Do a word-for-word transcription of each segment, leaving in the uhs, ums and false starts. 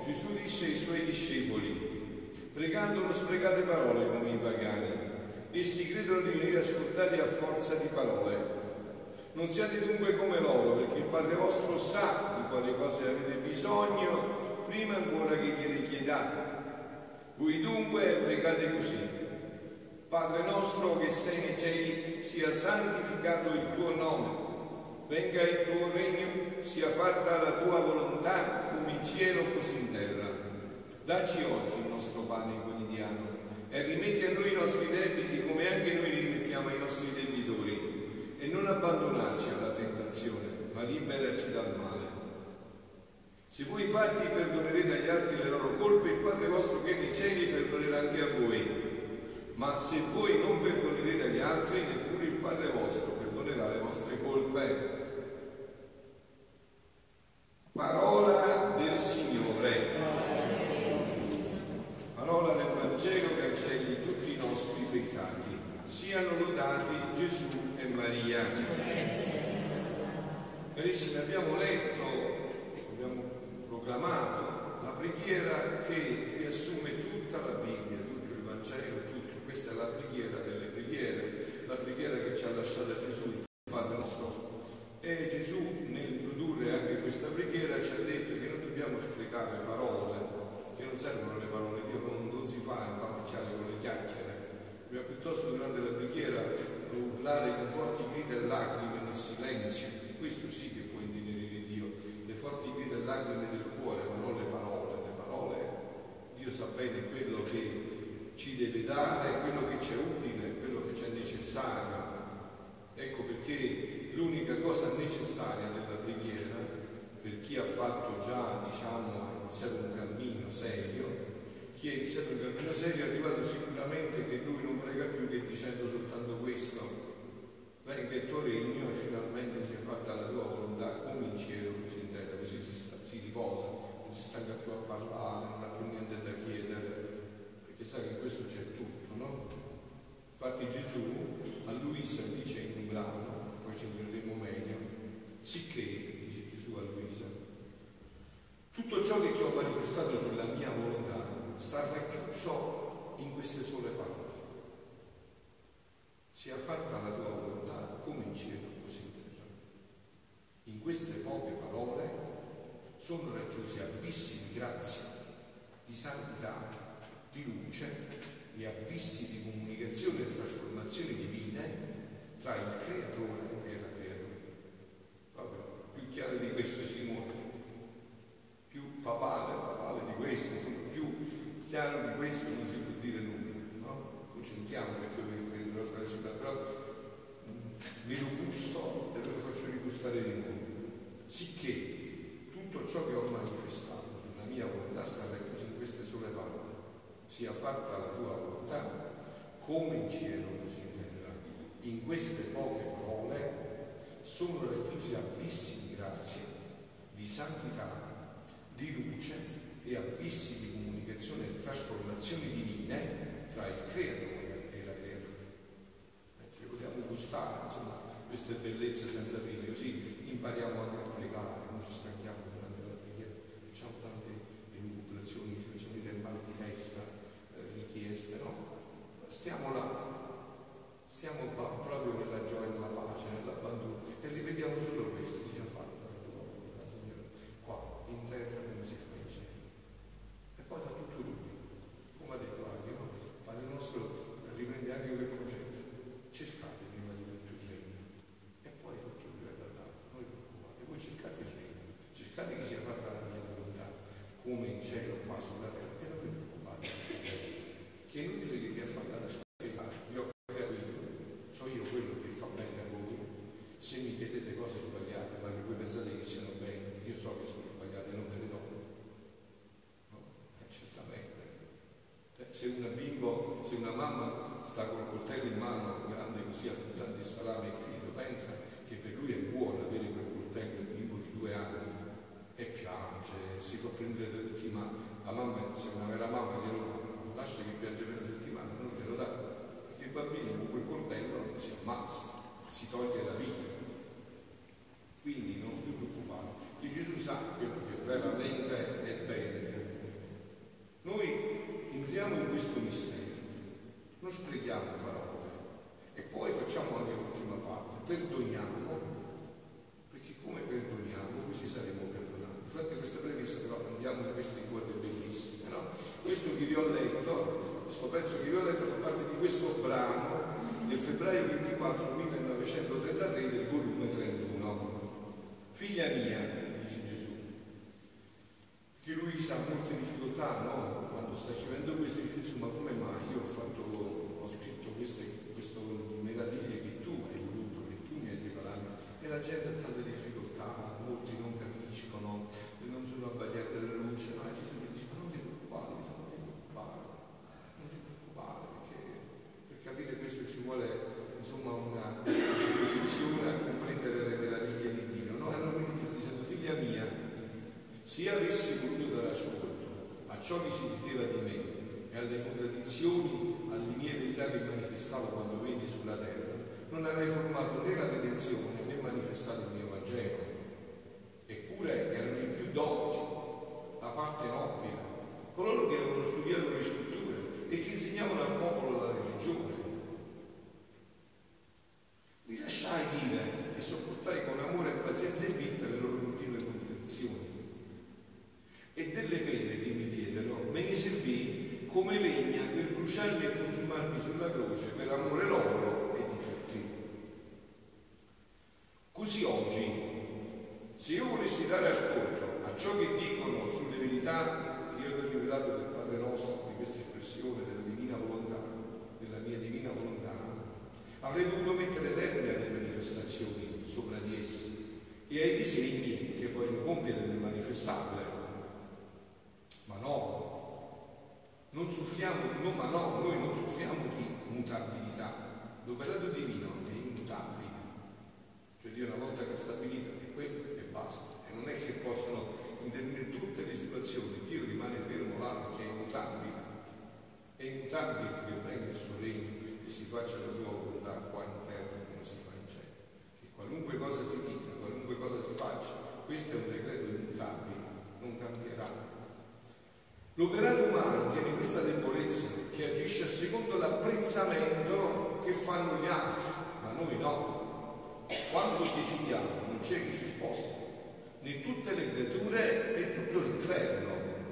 Gesù disse ai suoi discepoli: pregando non sprecate parole come i pagani, essi credono di venire ascoltati a forza di parole. Non siate dunque come loro, perché il Padre vostro sa di quali cose avete bisogno prima ancora che gliele chiedate. Voi dunque pregate così: Padre nostro che sei nei cieli, sia santificato il tuo nome, venga il tuo regno, sia fatta la tua volontà come in cielo così in terra. Dacci oggi il nostro pane quotidiano e rimetti a noi i nostri debiti come anche noi li rimettiamo ai nostri debitori, e non abbandonarci alla tentazione, ma liberaci dal male. Se voi infatti perdonerete agli altri le loro colpe, il Padre vostro che è nei cieli perdonerà anche a voi. Ma se voi non perdonerete agli altri, neppure il Padre vostro perdonerà le vostre colpe. Parola del Signore. Parola del Vangelo che cancelli tutti i nostri peccati. Siano lodati Gesù e Maria. Carissimi, abbiamo letto, abbiamo proclamato la preghiera che riassume tutta la Bibbia, tutto il Vangelo, tutto. Questa è la preghiera delle preghiere, la preghiera che ci ha lasciato Gesù, il Padre nostro. E Gesù, nell'introdurre anche questa preghiera, ci ha detto che non dobbiamo sprecare parole, che non servono le parole. Dio non, non si fa impapacchiare con le chiacchiere. Dobbiamo piuttosto durante la preghiera urlare con forti grida e lacrime nel silenzio. Questo sì che può intenerire Dio, le forti grida e lacrime del cuore, ma non le parole. Le parole, Dio sa bene quello che ci deve dare, quello che ci è utile, quello che ci è necessario. Ecco perché l'unica cosa necessaria della preghiera, per chi ha fatto già, diciamo, iniziato un cammino serio, chi ha iniziato un cammino serio è arrivato sicuramente che lui non prega più che dicendo soltanto questo: venga il tuo regno e finalmente sia fatta la tua volontà come in cielo così in terra. Così si, sta, si riposa, non si stanca più a parlare, non ha più niente da chiedere, perché sa che in questo c'è tutto, no? Infatti Gesù a Luisa dice in un brano, poi ci entreremo meglio, sicché, dice Gesù a Luisa, tutto ciò che ti ho manifestato sulla mia volontà sta racchiuso in queste sole parole: sia fatta la tua volontà come in cielo così in terra. In queste poche parole sono racchiusi abissi di grazia, di santità, di luce e abissi di comunicazione e trasformazioni divine tra il creatore e la creatura. Proprio più chiaro di questo si muove, più papale, papale di questo, insomma, più chiaro di questo non si può dire nulla, no? Concentriamo, perché io vengo per la frase, però ve lo gusto e ve lo faccio rigustare di nuovo. Sicché tutto ciò che ho manifestato sulla mia volontà sta racchiuso in queste sole parole: sia fatta la tua volontà come in cielo così in terra. In queste poche parole sono racchiusi abissi di grazia, di santità, di luce e abissi di comunicazione e trasformazioni divine tra il creatore e la creatura. Eh, ci vogliamo gustare, insomma, queste bellezze senza fine, così impariamo anche a pregare, non ci stanchiamo durante la preghiera, facciamo tante elucubrazioni, ci facciamo dire mal di testa, richieste, no? Stiamo là, stiamo proprio nella gioia, nella pace, nell'abbandono, e ripetiamo solo questo: sia fatta la tua volontà, Signore, qua in terra come si fa in cielo. E poi fa tutto lui, come ha detto anche, no? Padre nostro riprende anche quel concetto: cercate prima di tutto il regno e poi tutto vi verrà dato, non vi preoccupate, voi cercate il regno, cercate che sia fatta la mia volontà come in cielo qua sulla terra, e non vi preoccupate, che è inutile che vi affannate a spiegare. Vi ho creato io, so io quello che fa bene a voi. Se mi chiedete cose sbagliate, ma che voi pensate che siano bene, io so che sono sbagliate e non ve le do. No? Eh, certamente. Eh, se una bimbo, se una mamma sta col coltello in mano, grande così, affrontando il salame, il figlio pensa che per lui è buono avere quel coltello, il bimbo di due anni, e piange, si fa prendere da tutti, ma la mamma, se una vera mamma glielo dà, lascia che piange per una settimana, non glielo dà, perché il bambino con quel coltello si ammazza, si toglie la vita. Quindi non vi preoccupate, che Gesù sa quello che veramente è bene per quote bellissime, no? Questo che vi ho letto, questo pezzo che vi ho letto fa parte di questo brano del febbraio ventiquattro millenovecentotrentatré del volume trentuno. Figlia mia, dice Gesù, che lui sa molte difficoltà, no? Quando sta scrivendo questo dice Gesù, ma come mai io ho fatto, ho scritto queste, queste meraviglie che tu hai voluto, che tu mi hai regalato, e la gente ha tante difficoltà, molti non capiscono, non sono abbagliati dalla luce, ma Gesù mi dice, ma non ti preoccupare, non ti preoccupare, non ti preoccupare, perché per capire questo ci vuole insomma una disposizione a comprendere le meraviglie di Dio, no? E allora mi sta dicendo, figlia mia, se avessi voluto dare ascolto a ciò che si diceva di me e alle contraddizioni, alle mie verità che manifestavo quando venni sulla terra, non avrei formato né la redenzione né manifestato il mio Vangelo. Eppure erano i più dotti, la parte nobile, coloro che avevano studiato le scritture e che insegnavano al popolo la religione. Li lasciai dire e sopportai con amore e pazienza e vita le loro continue contraddizioni. E delle pene che mi diedero me ne servì come legna per bruciarmi e consumarmi sulla croce per amore loro e di tutti. Così oggi, se io volessi dare ascolto a ciò che dicono sulle verità che io ti ho rivelato del Padre nostro, di questa espressione della divina volontà, della mia divina volontà, avrei dovuto mettere termine alle manifestazioni sopra di essi e ai disegni che voglio compiere nel manifestarle. Ma no, non soffriamo, no, ma no, noi non soffriamo di mutabilità. L'operato divino è immutabile. Cioè Dio una volta che ha stabilito è quello e basta. E non è che possono intervenire tutte le situazioni. Dio rimane fermo là perché è immutabile. È immutabile che venga il suo regno e si faccia la sua volontà qua in terra come si fa in cielo. Che qualunque cosa si dica, qualunque cosa si faccia, questo è un decreto immutabile, non cambierà. L'operato umano tiene questa debolezza che agisce secondo l'apprezzamento che fanno gli altri, ma noi no. Quando decidiamo non c'è che ci sposta, né tutte le creature né tutto l'inferno.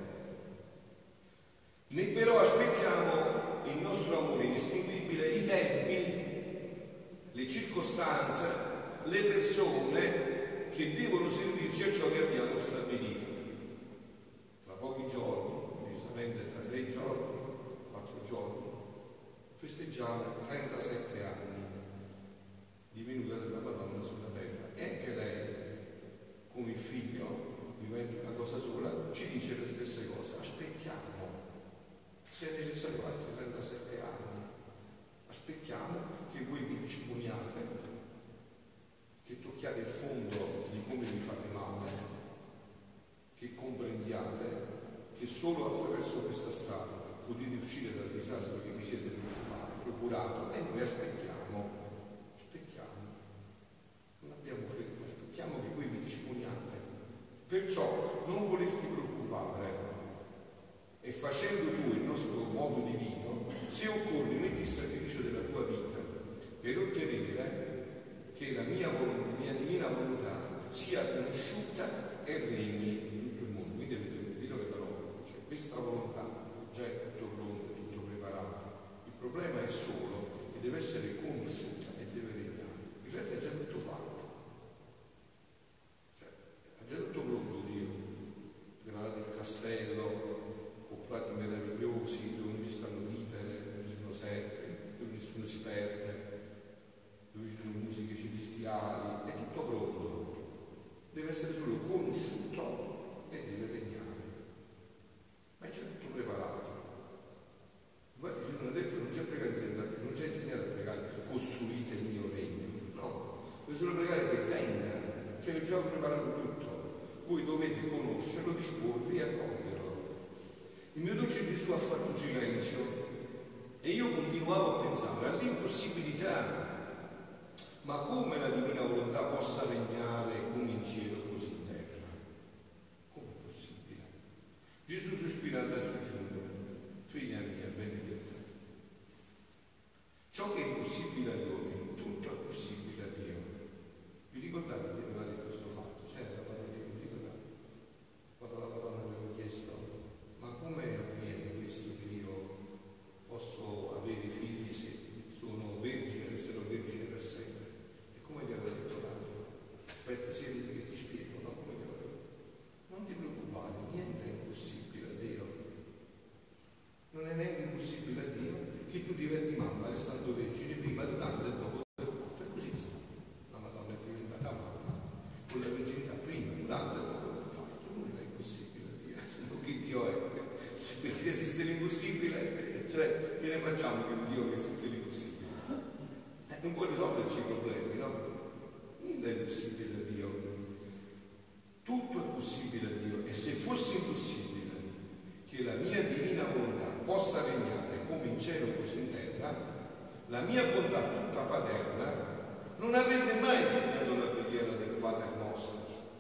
Né però aspettiamo il nostro amore inestinguibile, i tempi, le circostanze, le persone che devono servirci a ciò che abbiamo stabilito. Tra pochi giorni, tra tre giorni, quattro giorni, festeggiamo trentasette anni di venuta della Madonna sulla terra e anche lei, come il figlio, vivendo una cosa sola, ci dice le stesse cose. Aspettiamo, se è necessario altri trentasette anni, aspettiamo che voi vi disponiate, che tocchiate il fondo di come vi fate male, che comprendiate che solo attraverso questa strada potete uscire dal disastro che vi siete procurato. E noi aspettiamo, aspettiamo, non abbiamo fretta, aspettiamo che voi vi disponiate. Perciò non volerti preoccupare e facendo tu il nostro modo divino, se occorre metti il sacrificio della tua vita per ottenere che la mia, volontà, la mia divina volontà sia conosciuta e regni in tutto il mondo. Quindi avete udito le parole. Questa volontà già è tutto pronto, è tutto preparato. Il problema è solo che deve essere conosciuta e deve regnare. Il resto è già tutto fatto. Cioè, è già tutto pronto Dio. Regalato il castello, con prati meravigliosi, dove non ci stanno vite, non ci sono serpi, dove nessuno si perde, dove ci sono musiche celestiali, è tutto pronto. Deve essere solo conosciuto e deve regnare. Ma è già tutto preparato. Infatti ci hanno detto non c'è pregare, non c'è insegnato a pregare costruite il mio regno, no, deve solo pregare che venga, cioè ho già preparato tutto, voi dovete conoscerlo, disporvi e accoglierlo. Il mio dolce Gesù ha fatto silenzio e io continuavo a pensare all'impossibilità, ma come la divina volontà possa regnare come in cielo così in terra? Come è possibile? Gesù sospirando aggiunge: figlia mia benedetta, ciò che è impossibile all'uomo tutto è possibile a Dio. Vi ricordate che aveva detto questo fatto? C'era la parola di Dio, vi ricordate? Quando la Madonna aveva chiesto esiste l'impossibile, cioè che ne facciamo che Dio che esiste l'impossibile? Eh, non può risolverci i problemi, no? Nulla è impossibile a Dio, tutto è possibile a Dio, e se fosse impossibile che la mia divina volontà possa regnare come in cielo così in terra, la mia bontà tutta paterna non avrebbe mai insegnato la preghiera del Pater Nostro.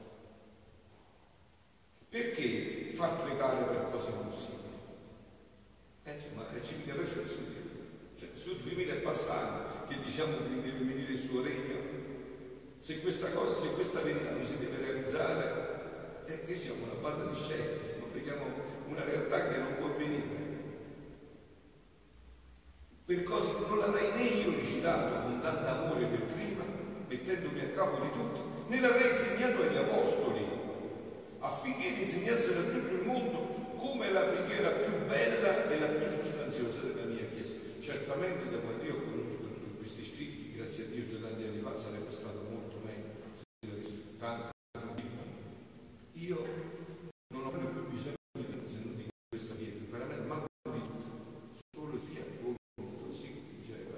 Perché far pregare per cose impossibili? Eh, insomma, ci viene perfetto su Dio. Cioè, su duemila e passati che diciamo che deve venire il suo regno. Se questa cosa, se questa verità non si deve realizzare, è che siamo una banda di scemi, non preghiamo una realtà che non può avvenire. Per cose che non l'avrei né io recitato con tanto amore per prima, mettendomi a capo di tutti, né l'avrei insegnato agli apostoli, affinché li insegnassero a tutto il mondo come la preghiera più bella e la più sostanziosa della mia Chiesa. Certamente da quando io conosco questi scritti, grazie a Dio già tanti anni fa, sarebbe stato molto meglio. Io non ho più bisogno di se non di questa pietra, veramente manco di tutto, solo il fiat voluntas sicut diceva,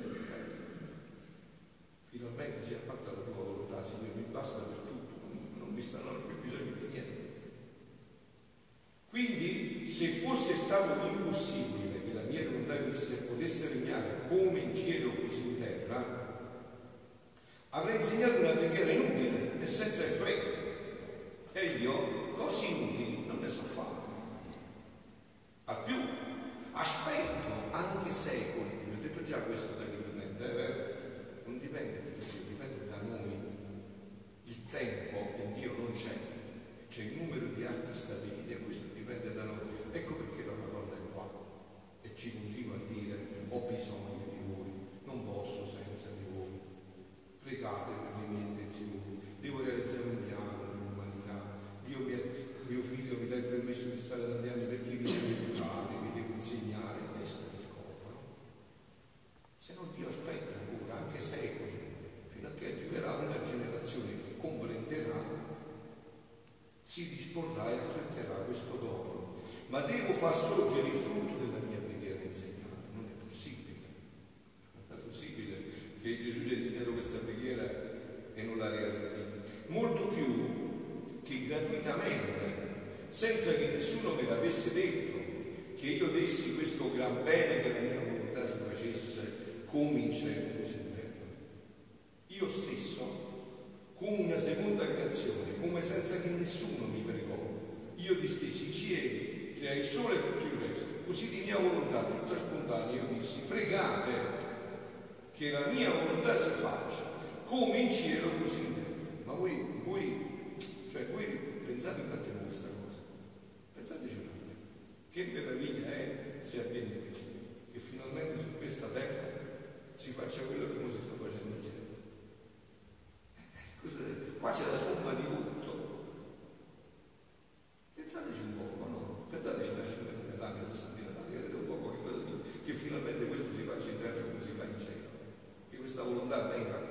finalmente si è fatta la tua volontà, Signore, mi basta per tutto, non mi stanno più bisogno di niente. Quindi, se fosse stato impossibile che la mia volontà potesse regnare come in cielo così in terra, avrei insegnato una preghiera inutile e senza effetto. E io cose inutili non ne so fare. A più, aspetto anche secoli. Vi ho detto già questo da che dipende, è vero? Non dipende da Dio, dipende da noi. Il tempo in Dio non c'è, c'è il numero di atti stabiliti e questo dipende da noi. Ecco perché la Madonna è qua e ci continua a dire: ho bisogno di voi, non posso senza di voi. Pregate per le mie intenzioni, devo realizzare un piano nell'umanità. Dio mi, mio figlio mi dà il permesso di stare tanti anni perché vi devo educare, vi devo insegnare. Questo è il scopo, no? Se no Dio aspetta ancora, anche secoli, fino a che arriverà una generazione che comprenderà, si disporrà e affretterà questo dono. Ma devo far sorgere il frutto della mia preghiera insegnata. Non è possibile. Non è possibile che Gesù ci ha insegnato questa preghiera e non la realizzi. Molto più che gratuitamente, senza che nessuno me l'avesse detto, che io dessi questo gran bene che la mia volontà si facesse come in cielo così in terra. Io stesso, come una seconda creazione, come senza che nessuno mi pregò, io distesi i cieli, creai il sole e tutto il resto, così di mia volontà tutta spontanea io dissi: pregate che la mia volontà si faccia come in cielo così in terra. Ma voi, voi Cioè voi pensate un attimo a questa cosa, pensateci un attimo, che meraviglia è se avviene questo, che finalmente su questa terra si faccia quello che non si sta facendo in cielo. Qua c'è la somma di tutto. Pensateci un po', ma no? Pensateci a cinquemila anni, sessantamila anni, vedete un po' che cosa dico, che finalmente questo si faccia in terra come si fa in cielo, che questa volontà venga qua.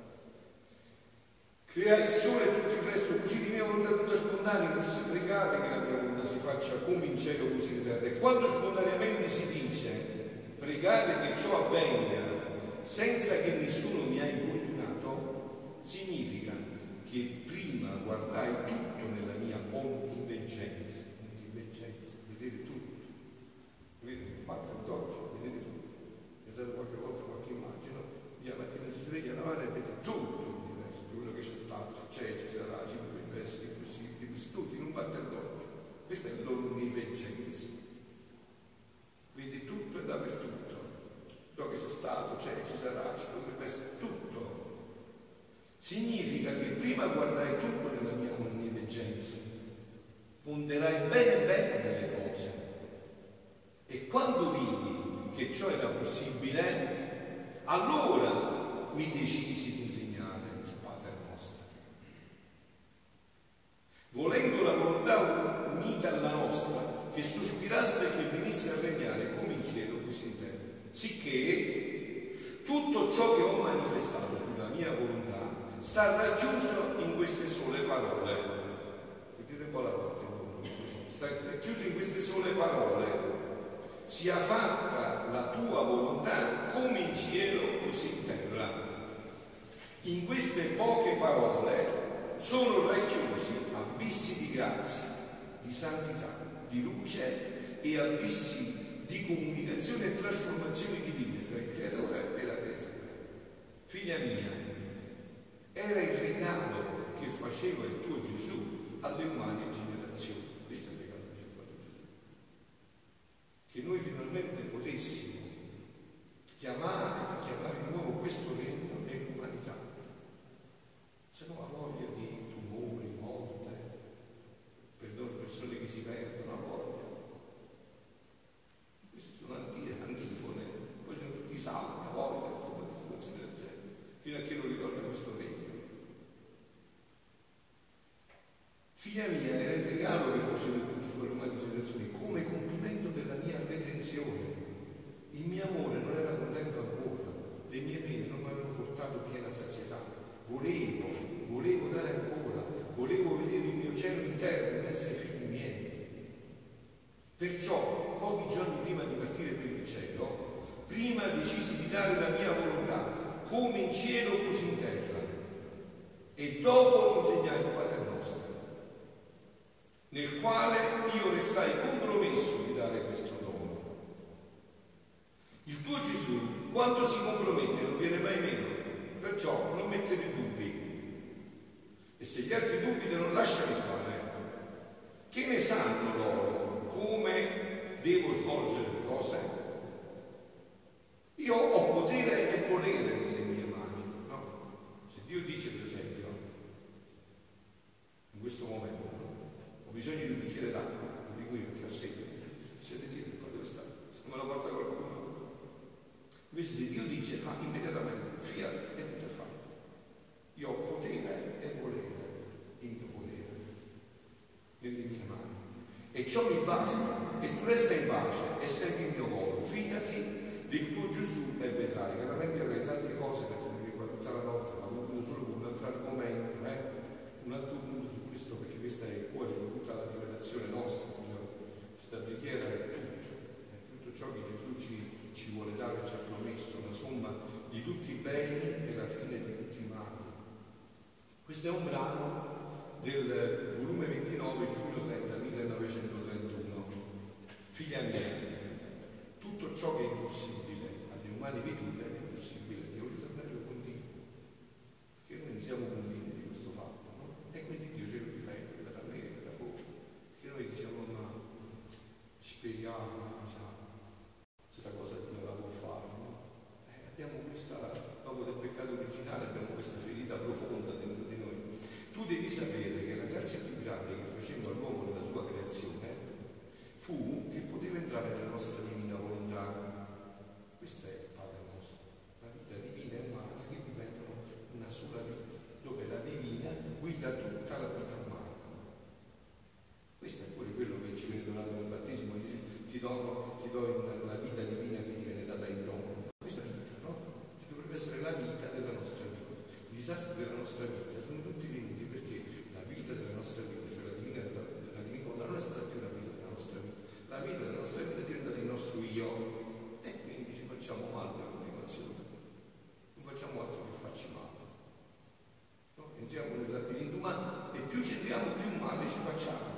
Creai il sole e tutto il resto, così di mia volontà tutta spontanea, dissi: pregate che la mia volontà si faccia come in cielo così in terra. E quando spontaneamente si dice pregate che ciò avvenga senza che nessuno mi ha importunato, significa che prima guardai tutto nella mia onniveggenza, onniveggenza, vedere tutto, vedere, batte d'occhio, vedere tutto. Vedete qualche volta qualche immagine, la mattina si sveglia la mano e vede tutto quello che c'è stato, c'è, ci sarà, ci potrebbe essere possibile, tutti in un batter d'occhio. Questa è l'onniveggenza. Vedi tutto e dappertutto. Ciò che c'è stato, c'è, ci sarà, ci potrebbe essere tutto. Significa che prima guardai tutto nella mia onniveggenza, ponderai bene bene delle cose. E quando vidi che ciò era possibile, allora mi decisi di insegnare il Pater Nostro. Volendo la volontà unita alla nostra, che sospirasse e che venisse a regnare come in cielo così in terra, sicché tutto ciò che ho manifestato sulla mia volontà sta racchiuso in queste sole parole. Sentite un po' la parte in fondo, sta racchiuso in queste sole parole. sia fatta la tua volontà come in cielo così in terra. In queste poche parole sono racchiusi abissi di grazia, di santità, di luce e abissi di comunicazione e trasformazione divine tra il creatore e la creatura. Figlia mia, era il regalo che faceva il tuo Gesù alle umane generazioni. Questo è il regalo che ci ha fatto Gesù. Che noi finalmente potessimo chiamare e chiamare di nuovo questo regno nell'umanità. Se no ha voglia di tumori, morte, perdono, persone che si perdono, ha voglia. Queste sono antifone, poi sono tutti salvi, ha voglia, insomma, di situazioni del genere, fino a che non ritorna questo regno. Figlia mia, era il regalo che faceva il tuo Gesù alle umane generazioni come compimento della mia redenzione. Il mio amore non era contento ancora, le mie pene non mi avevano portato piena sazietà. Volevo, volevo dare ancora, volevo vedere il mio cielo in terra in mezzo ai figli miei. Perciò, pochi giorni prima di partire per il cielo, prima decisi di dare la mia volontà, come in cielo così in terra, e dopo insegnai il Padre nostro, nel quale io restai compromesso di dare questo dono. Il tuo Gesù, quando si compromette, non viene mai meno, perciò non mettere dubbi. E se gli altri dubitano, lasciali fare. Che ne sanno loro come devo svolgere le cose? Io ho potere e volere nelle mie mani, no? Se Dio dice, per esempio, in questo momento, ho bisogno di un bicchiere d'acqua, lo dico io che ho sete, siete dire, ma dove sta? Se me la porta qualcuno. Invece se Dio dice, fa immediatamente, fiat, e tutto è fatto. Io ho potere e volere, il mio potere, nelle mie mani. E ciò mi basta, e tu resta in pace e segui il mio volo. Fidati del tuo Gesù e vedrai. Veramente avrei tante cose per tenere qua tutta la notte, ma ho voluto solo un altro argomento, eh? un altro punto su questo, perché questa è il cuore di tutta la rivelazione nostra. Questa preghiera è tutto, è tutto ciò che Gesù ci ci vuole dare, ci ha promesso, la somma di tutti i beni e la fine di tutti i mali. Questo è un brano del volume ventinove, giugno trenta, millenovecentotrentuno. Figlia mia, tutto ciò che è impossibile alle umane vedute è impossibile a Dio. Il fratello continua, perché noi ne siamo convinti di questo fatto, no? E quindi Dio ce lo ripete da me e da voi, perché noi diciamo ma speriamo, diciamo, questa cosa non la può fare, no? Eh, abbiamo questa, dopo del peccato originale, abbiamo questa ferita profonda dentro di noi. Tu devi sapere che la grazia più grande che facemmo all'uomo nella sua creazione fu che poteva entrare nella nostra divina volontà. Questo è il Padre nostro, la vita divina e umana che diventano una sola vita, dove la divina guida tutta la vita umana. Questo è pure quello che ci viene donato nel battesimo, dice, ti do, ti do in, la vita divina che ti viene data in dono. Questa vita, no? Ci dovrebbe essere la vita della nostra vita. I disastri della nostra vita sono tutti venuti perché la vita della nostra vita, cioè la divina, la divina volontà, non è stata più la vita della nostra vita. La vita della nostra vita è diventata il nostro io, e quindi ci facciamo male nella continuazione. Non facciamo altro che farci male. No? Entriamo nel labirinto umano e più ci entriamo più male ci facciamo.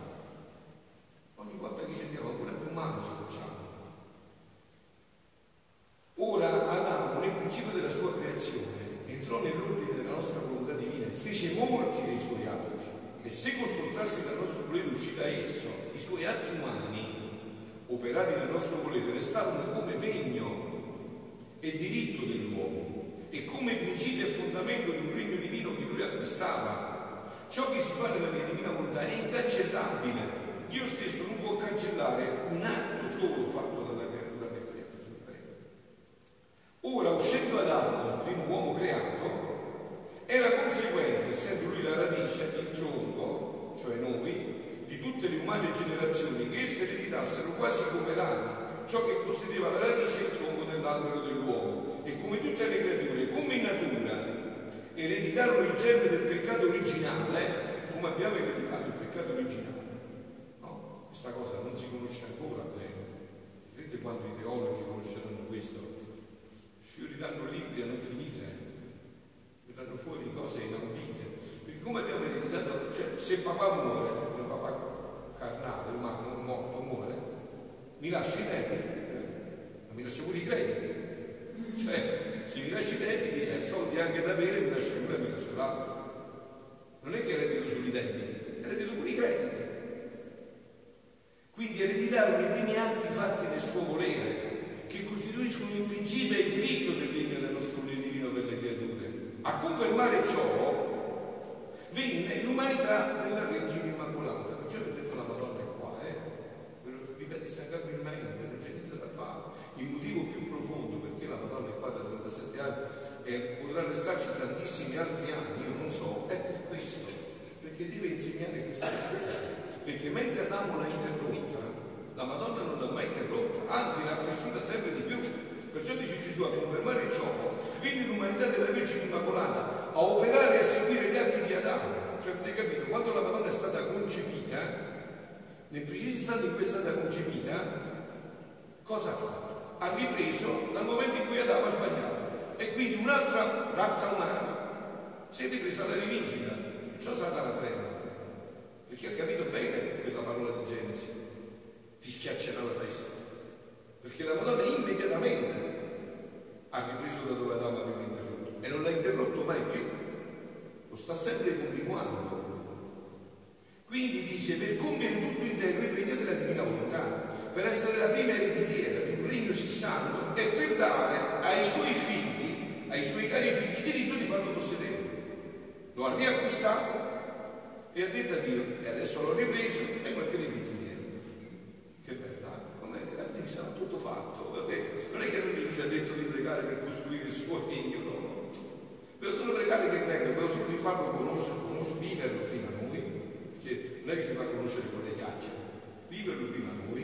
Ogni volta che ci andiamo ancora più male ci facciamo. Ora Adamo, nel principio della sua creazione, entrò nell'ordine della nostra volontà divina e fece molti dei suoi atti. E se col sottrarsi dal nostro volere uscì da esso, i suoi atti umani, operati nel nostro volere, restavano come pegno e diritto dell'uomo e come principio e fondamento di un regno divino che lui acquistava. Ciò che si fa nella mia divina volontà è incancellabile. Dio stesso non può cancellare un atto solo fatto dalla creatura perfetta suprema. Ora, uscendo Adamo, il primo uomo creato, è la conseguenza, essendo lui la radice, il tronco, cioè noi, di tutte le umane generazioni, che esse ereditassero quasi come rami ciò che possedeva la radice e il tronco dell'albero dell'uomo. E come tutte le creature, come in natura, ereditarono il germe del peccato originale, come abbiamo ereditato il peccato originale. Questa cosa non si conosce ancora bene. Vedete quando i teologi conosceranno questo, fioriranno libri a non finire, verranno fuori cose inaudite, perché come abbiamo ereditato, cioè se papà muore, il papà carnale, umano, morto, muore, mi lascia i debiti, ma mi lascia pure i crediti, cioè se mi lascia i debiti e soldi anche da avere, mi lascia uno e mi lascia l'altro. Non è che eredito solo i debiti, eredito pure i crediti. Quindi ereditarono i primi atti fatti nel suo volere, che costituiscono il principio e il diritto del regno del nostro volere divino per le creature. A confermare ciò venne l'umanità della Vergine Immacolata. Perciò ho detto la Madonna è qua, eh? Ve lo ripete stancabilmente, non c'è niente da fare. Il motivo più profondo perché la Madonna è qua da trentasette anni e potrà restarci tantissimi altri anni, io non so, è per questo, perché deve insegnare questa cosa. Perché mentre Adamo l'ha interrotta, la Madonna non l'ha mai interrotta, anzi l'ha cresciuta sempre di più. Perciò dice Gesù, a confermare ciò, venne l'umanità della Vergine Immacolata a operare e a seguire gli atti di Adamo. Cioè, avete capito? Quando la Madonna è stata concepita, nel preciso istante in cui è stata concepita, cosa fa? Ha ripreso dal momento in cui Adamo ha sbagliato. E quindi un'altra razza umana si è ripresa alla rivincita. Ciò Satana trema. Perché ho capito bene quella parola di Genesi, ti schiaccerà la testa, perché la Madonna immediatamente ha ripreso da dove Adamo aveva interrotto e non l'ha interrotto mai più, lo sta sempre continuando. Quindi dice, per compiere tutto intero il regno della divina volontà, per essere la prima ereditiera di un regno sissando e per dare ai suoi figli, ai suoi cari figli, il diritto di farlo possedere. Lo ha riacquistato e ha detto a Dio, e adesso l'ho ripreso e poi per i figli miei. Che bella, come avete visto, tutto fatto. Detto, non è che Gesù ci ha detto di pregare per costruire il suo regno, no. Devo solo pregare che venga, devo solo di farlo conoscere, conoscere, viverlo prima noi, perché non è che si fa conoscere con le chiacchiere, viverlo prima noi,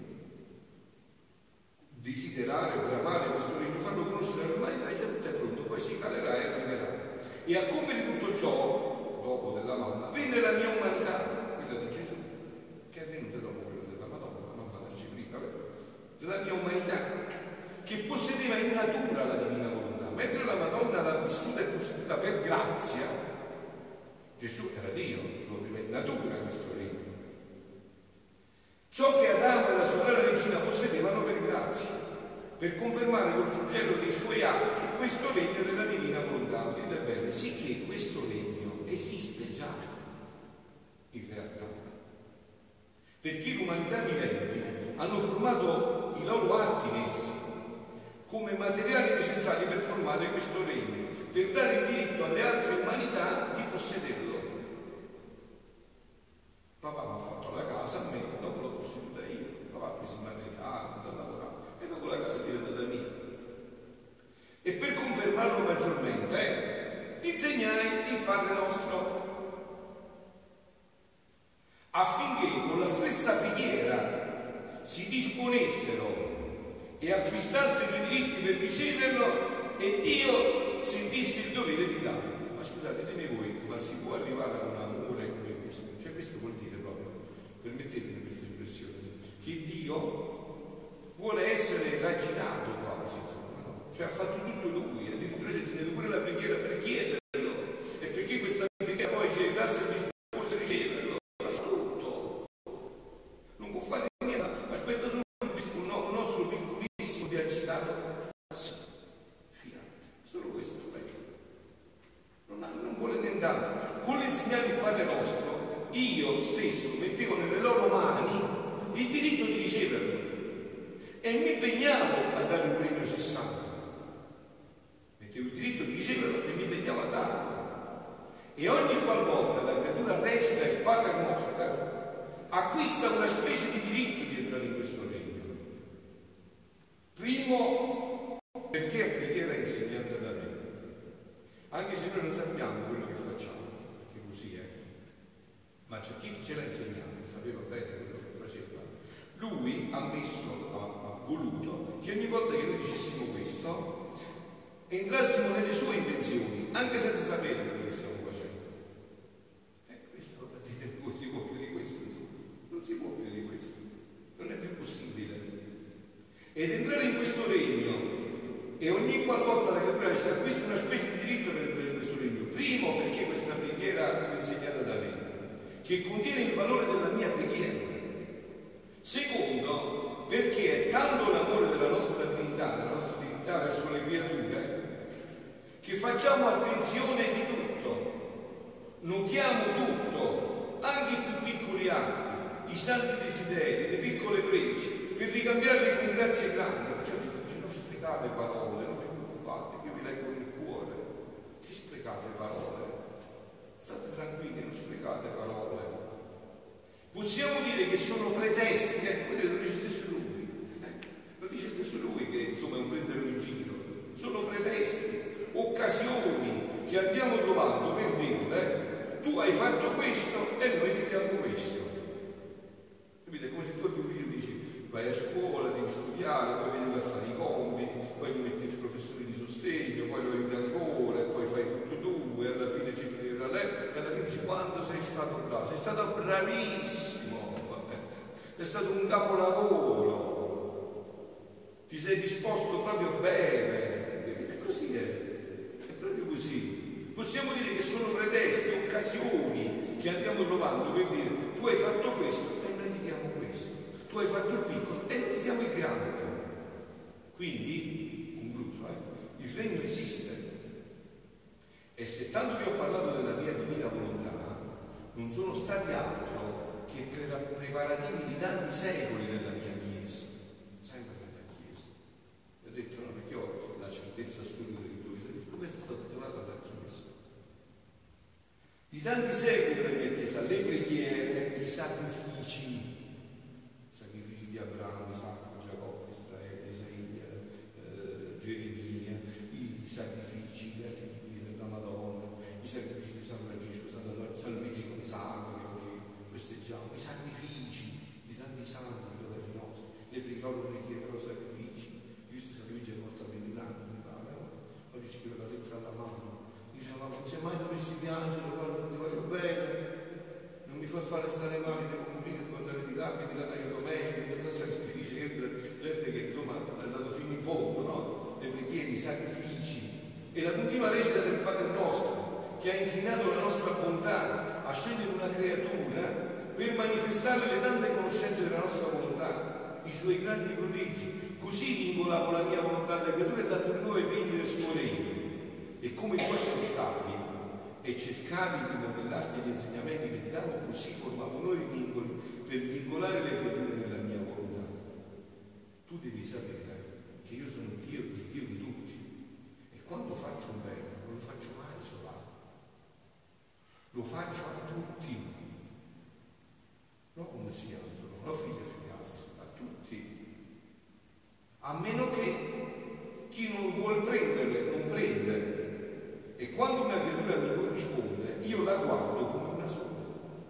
desiderare, bramare questo regno, farlo conoscere all'umanità e già tutto è pronto, poi si calerà e arriverà. E a compiere tutto ciò, dopo della mamma, venne la mia umanità, quella di Gesù, che è venuta dopo quella della Madonna, la mamma nasce prima, della mia umanità, che possedeva in natura la divina volontà, mentre la Madonna l'ha vissuta e posseduta per grazia. Gesù era Dio, lo aveva in natura questo regno. Ciò che Adamo e la sorella regina possedevano per grazia, per confermare col flagello dei suoi atti questo regno della divina volontà. Udite bene, sicché questo regno esiste già in realtà, perché l'umanità vivente hanno formato i loro atti in essi come materiali necessari per formare questo regno, per dare il diritto alle altre umanità di possederlo. Papà mi ha fatto la casa a me, dopo l'ho posseduta io, papà ha preso i materiali da lavorare e dopo la casa è diventata mia. E per confermarlo maggiormente, eh, insegnai il Padre nostro, affinché con la stessa preghiera si disponessero e acquistassero i diritti per riceverlo e Dio sentisse il dovere di darlo. Ma scusate, ditemi voi, ma si può arrivare a un amore come questo? Cioè questo vuol dire proprio, permettetemi questa espressione, che Dio vuole essere traginato quasi, insomma, no? Cioè ha fatto tutto lui, addirittura ci tiene pure la preghiera per chiederlo, e perché questa preghiera poi ci aiutasse a disposto a riceverlo, ma tutto, non può fare niente, aspetta solo un nostro piccolissimo di agitato fiat, solo questo aspetta, non, non vuole nient'altro. Vuole insegnare il Padre nostro, io stesso mettevo nelle loro mani il diritto di riceverlo e mi impegnavo a dare un regno sessanta, mettevo il diritto di riceverlo e mi impegnavo a darlo. E ogni qualvolta la creatura recita il Pater Noster, acquista una specie di diritto di entrare in questo regno. Primo, perché è preghiera insegnata da me, anche se noi non sappiamo quello che facciamo, perché così è, ma c'è chi ce l'ha insegnato, sapeva bene quello che faceva. Lui ha messo, ha, ha voluto che ogni volta che noi dicessimo questo entrassimo nelle sue intenzioni, anche senza sapere quello che stiamo facendo. E eh, questo, non si può più di questo, non si può più di questo, non è più possibile. ed entrare in questo regno. E ogni qualvolta la creatura ci acquista una specie di diritto per entrare in questo regno. Primo, perché questa preghiera è insegnata da me, che contiene il valore della mia preghiera. Secondo, perché è tanto l'amore della nostra Trinità, della nostra divinità verso le creature, che facciamo attenzione di tutto, notiamo tutto, anche i più piccoli atti, i santi desideri, le piccole prece, per ricambiarli con grazie grandi. Cioè, non sprecate parole, non vi preoccupate, io vi leggo nel cuore. Che sprecate parole? State tranquilli, non sprecate parole. Possiamo dire che sono pretesti, ecco, vedete, lo dice stesso lui, lo dice stesso lui che insomma è un prenderlo in giro. Sono pretesti, occasioni che andiamo trovando per dire tu hai fatto questo e noi ti diamo questo. Capite? Come se tu a tuo figlio dici vai a scuola, devi studiare, poi vieni a fare i compiti, poi gli metti il professore di sostegno, poi lo aiuti ancora e poi fai tutto tu e alla fine cerchi da lei e alla fine dici quando sei stato bravo, sei stato bravissimo, è stato un capolavoro, ti sei disposto proprio bene, è così, è, è proprio così. Possiamo dire che sono pretesti, occasioni che andiamo trovando per dire tu hai fatto questo e noi ti diamo questo, tu hai fatto il piccolo e noi ti diamo il grande. Quindi, concluso, eh, il regno esiste. E se tanto vi ho parlato della mia divina volontà, non sono stati altro che preparativi di tanti secoli della mia Chiesa. Sempre della Chiesa. Vi ho detto no, perché ho la certezza assoluta di dove questo è stato donato alla Chiesa. Di tanti secoli della mia Chiesa, le preghiere, i sacrifici, i sacrifici di Abramo, Isacco, Giacobbe, Israele, Isaia, eh, Geremia, i sacrifici, gli altri della Madonna, i sacrifici di San Francesco, San, San Luigi Gonzaga che oggi festeggiamo, i sacrifici di tanti santi, fratelli nostri, le preghiere ne chiedero sacrifici, Cristo sacrificio è morto a ventuno anni, mi pare, no? Oggi ci chiede la lettera alla mano, dice ma non c'è mai dovessi piangere, ti voglio bene, non mi fa fare stare male, devo morire, devo andare di là, mi di là dai domenica, tutto sacrifici, gente che insomma è andato fino in fondo, no? Le preghiere, i sacrifici. E la continua recita del Padre nostro, che ha inclinato la nostra bontà a scegliere una creatura per manifestarle le tante conoscenze della nostra volontà, i suoi grandi prodigi. Così vincolavo la mia volontà alle creature dando nuove pegni del suo regno. E come tu ascoltavi e cercavi di modellarti gli insegnamenti che ti davo, così formavo nuovi vincoli per vincolare le creature nella mia volontà. Tu devi sapere che io sono Dio, il Dio di tutti. Quando faccio un bene non lo faccio mai isolato, lo faccio a tutti, non come si altro, non figlia e figliastro, a tutti, a meno che chi non vuol prendere non prende. E quando una creatura mi corrisponde io la guardo come una sola.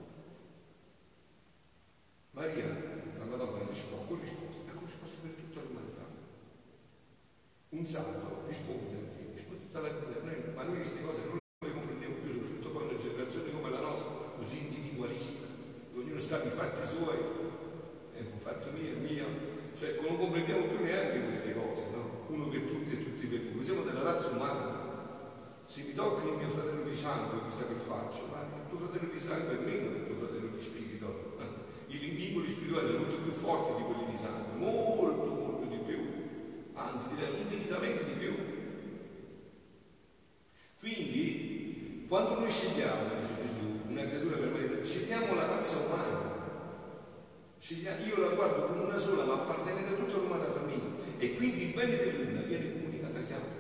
Maria, la Madonna risponde, corrisponde, è corrisposto per tutta l'umanità. Un santo risponde tutta la, ma noi queste cose non le comprendiamo più, soprattutto poi una generazione come la nostra, così individualista, ognuno sta nei fatti suoi, è un fatto mio, mio, cioè non comprendiamo più neanche queste cose, no? Uno per tutti e tutti per uno, siamo della razza umana. Se mi tocca il mio fratello di sangue, chissà che faccio, ma il tuo fratello di sangue è meno del tuo fratello di spirito. I vincoli spirituali sono molto più forti di quelli di sangue, molto, molto di più, anzi direi infinitamente di più. Quindi, quando noi scegliamo, dice Gesù, una creatura per me, scegliamo la razza umana. Scegliamo, io la guardo come una sola, ma appartenente a tutta l'umana famiglia. E quindi il bene dell'una viene comunicato agli altri.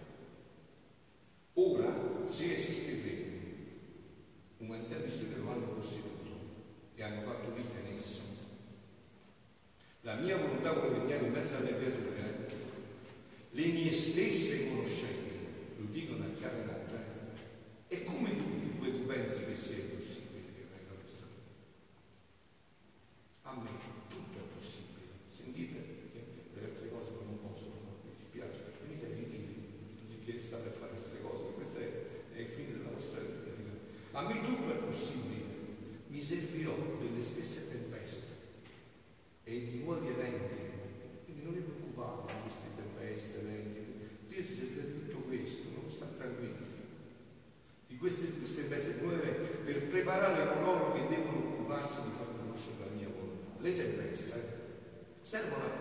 Ora, se esiste il regno, l'umanità vissuta lo hanno posseduto e hanno fatto vita in esso. La mia volontà vuole regnare in mezzo alle creature, le mie stesse conoscenze lo dicono a chiara notte. E come tu, come tu pensi che sia possibile che venga questa? A me tutto è possibile. Sentite, perché le altre cose non possono, mi dispiace, venite ai ritiri, anziché stare a fare altre cose, questo è, è il fine della vostra vita. A me tutto è possibile, mi servirò delle stesse tempeste e di nuovi eventi, quindi non vi preoccupate. queste, queste tempeste per preparare coloro che devono occuparsi di fare il conoscere la mia volontà. Le tempeste servono a